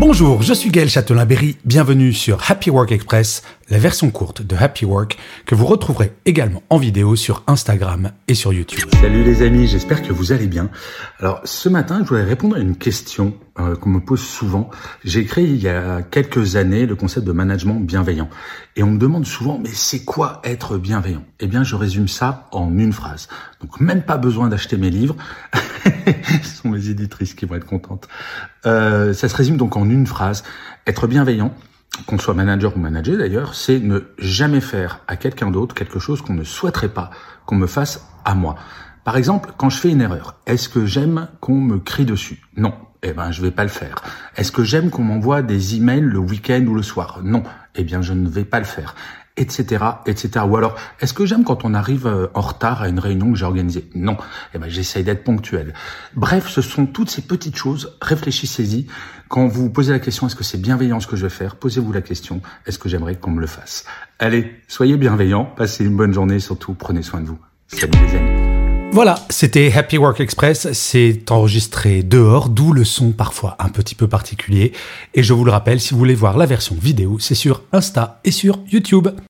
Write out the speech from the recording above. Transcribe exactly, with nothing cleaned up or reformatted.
Bonjour, je suis Gaël Châtelain-Berry, bienvenue sur Happy Work Express, la version courte de Happy Work que vous retrouverez également en vidéo sur Instagram et sur YouTube. Salut les amis, j'espère que vous allez bien. Alors ce matin, je voulais répondre à une question euh, qu'on me pose souvent. J'ai créé il y a quelques années le concept de management bienveillant. Et on me demande souvent, mais c'est quoi être bienveillant? Eh bien, je résume ça en une phrase. Donc même pas besoin d'acheter mes livres. Ce sont mes éditrices qui vont être contentes. Euh, ça se résume donc en une phrase. Être bienveillant, qu'on soit manager ou manager d'ailleurs, c'est ne jamais faire à quelqu'un d'autre quelque chose qu'on ne souhaiterait pas qu'on me fasse à moi. Par exemple, quand je fais une erreur, est-ce que j'aime qu'on me crie dessus? Non. Eh ben, je vais pas le faire. Est-ce que j'aime qu'on m'envoie des emails le week-end ou le soir? Non. Eh bien, je ne vais pas le faire. Etc, et cetera. Ou alors, est-ce que j'aime quand on arrive en retard à une réunion que j'ai organisée? Non. Eh ben, j'essaye d'être ponctuel. Bref, ce sont toutes ces petites choses. Réfléchissez-y. Quand vous vous posez la question, est-ce que c'est bienveillant ce que je vais faire? Posez-vous la question, est-ce que j'aimerais qu'on me le fasse? Allez, soyez bienveillants, passez une bonne journée, surtout prenez soin de vous. Salut les amis. Voilà, c'était Happy Work Express, c'est enregistré dehors, d'où le son parfois un petit peu particulier. Et je vous le rappelle, si vous voulez voir la version vidéo, c'est sur Insta et sur YouTube.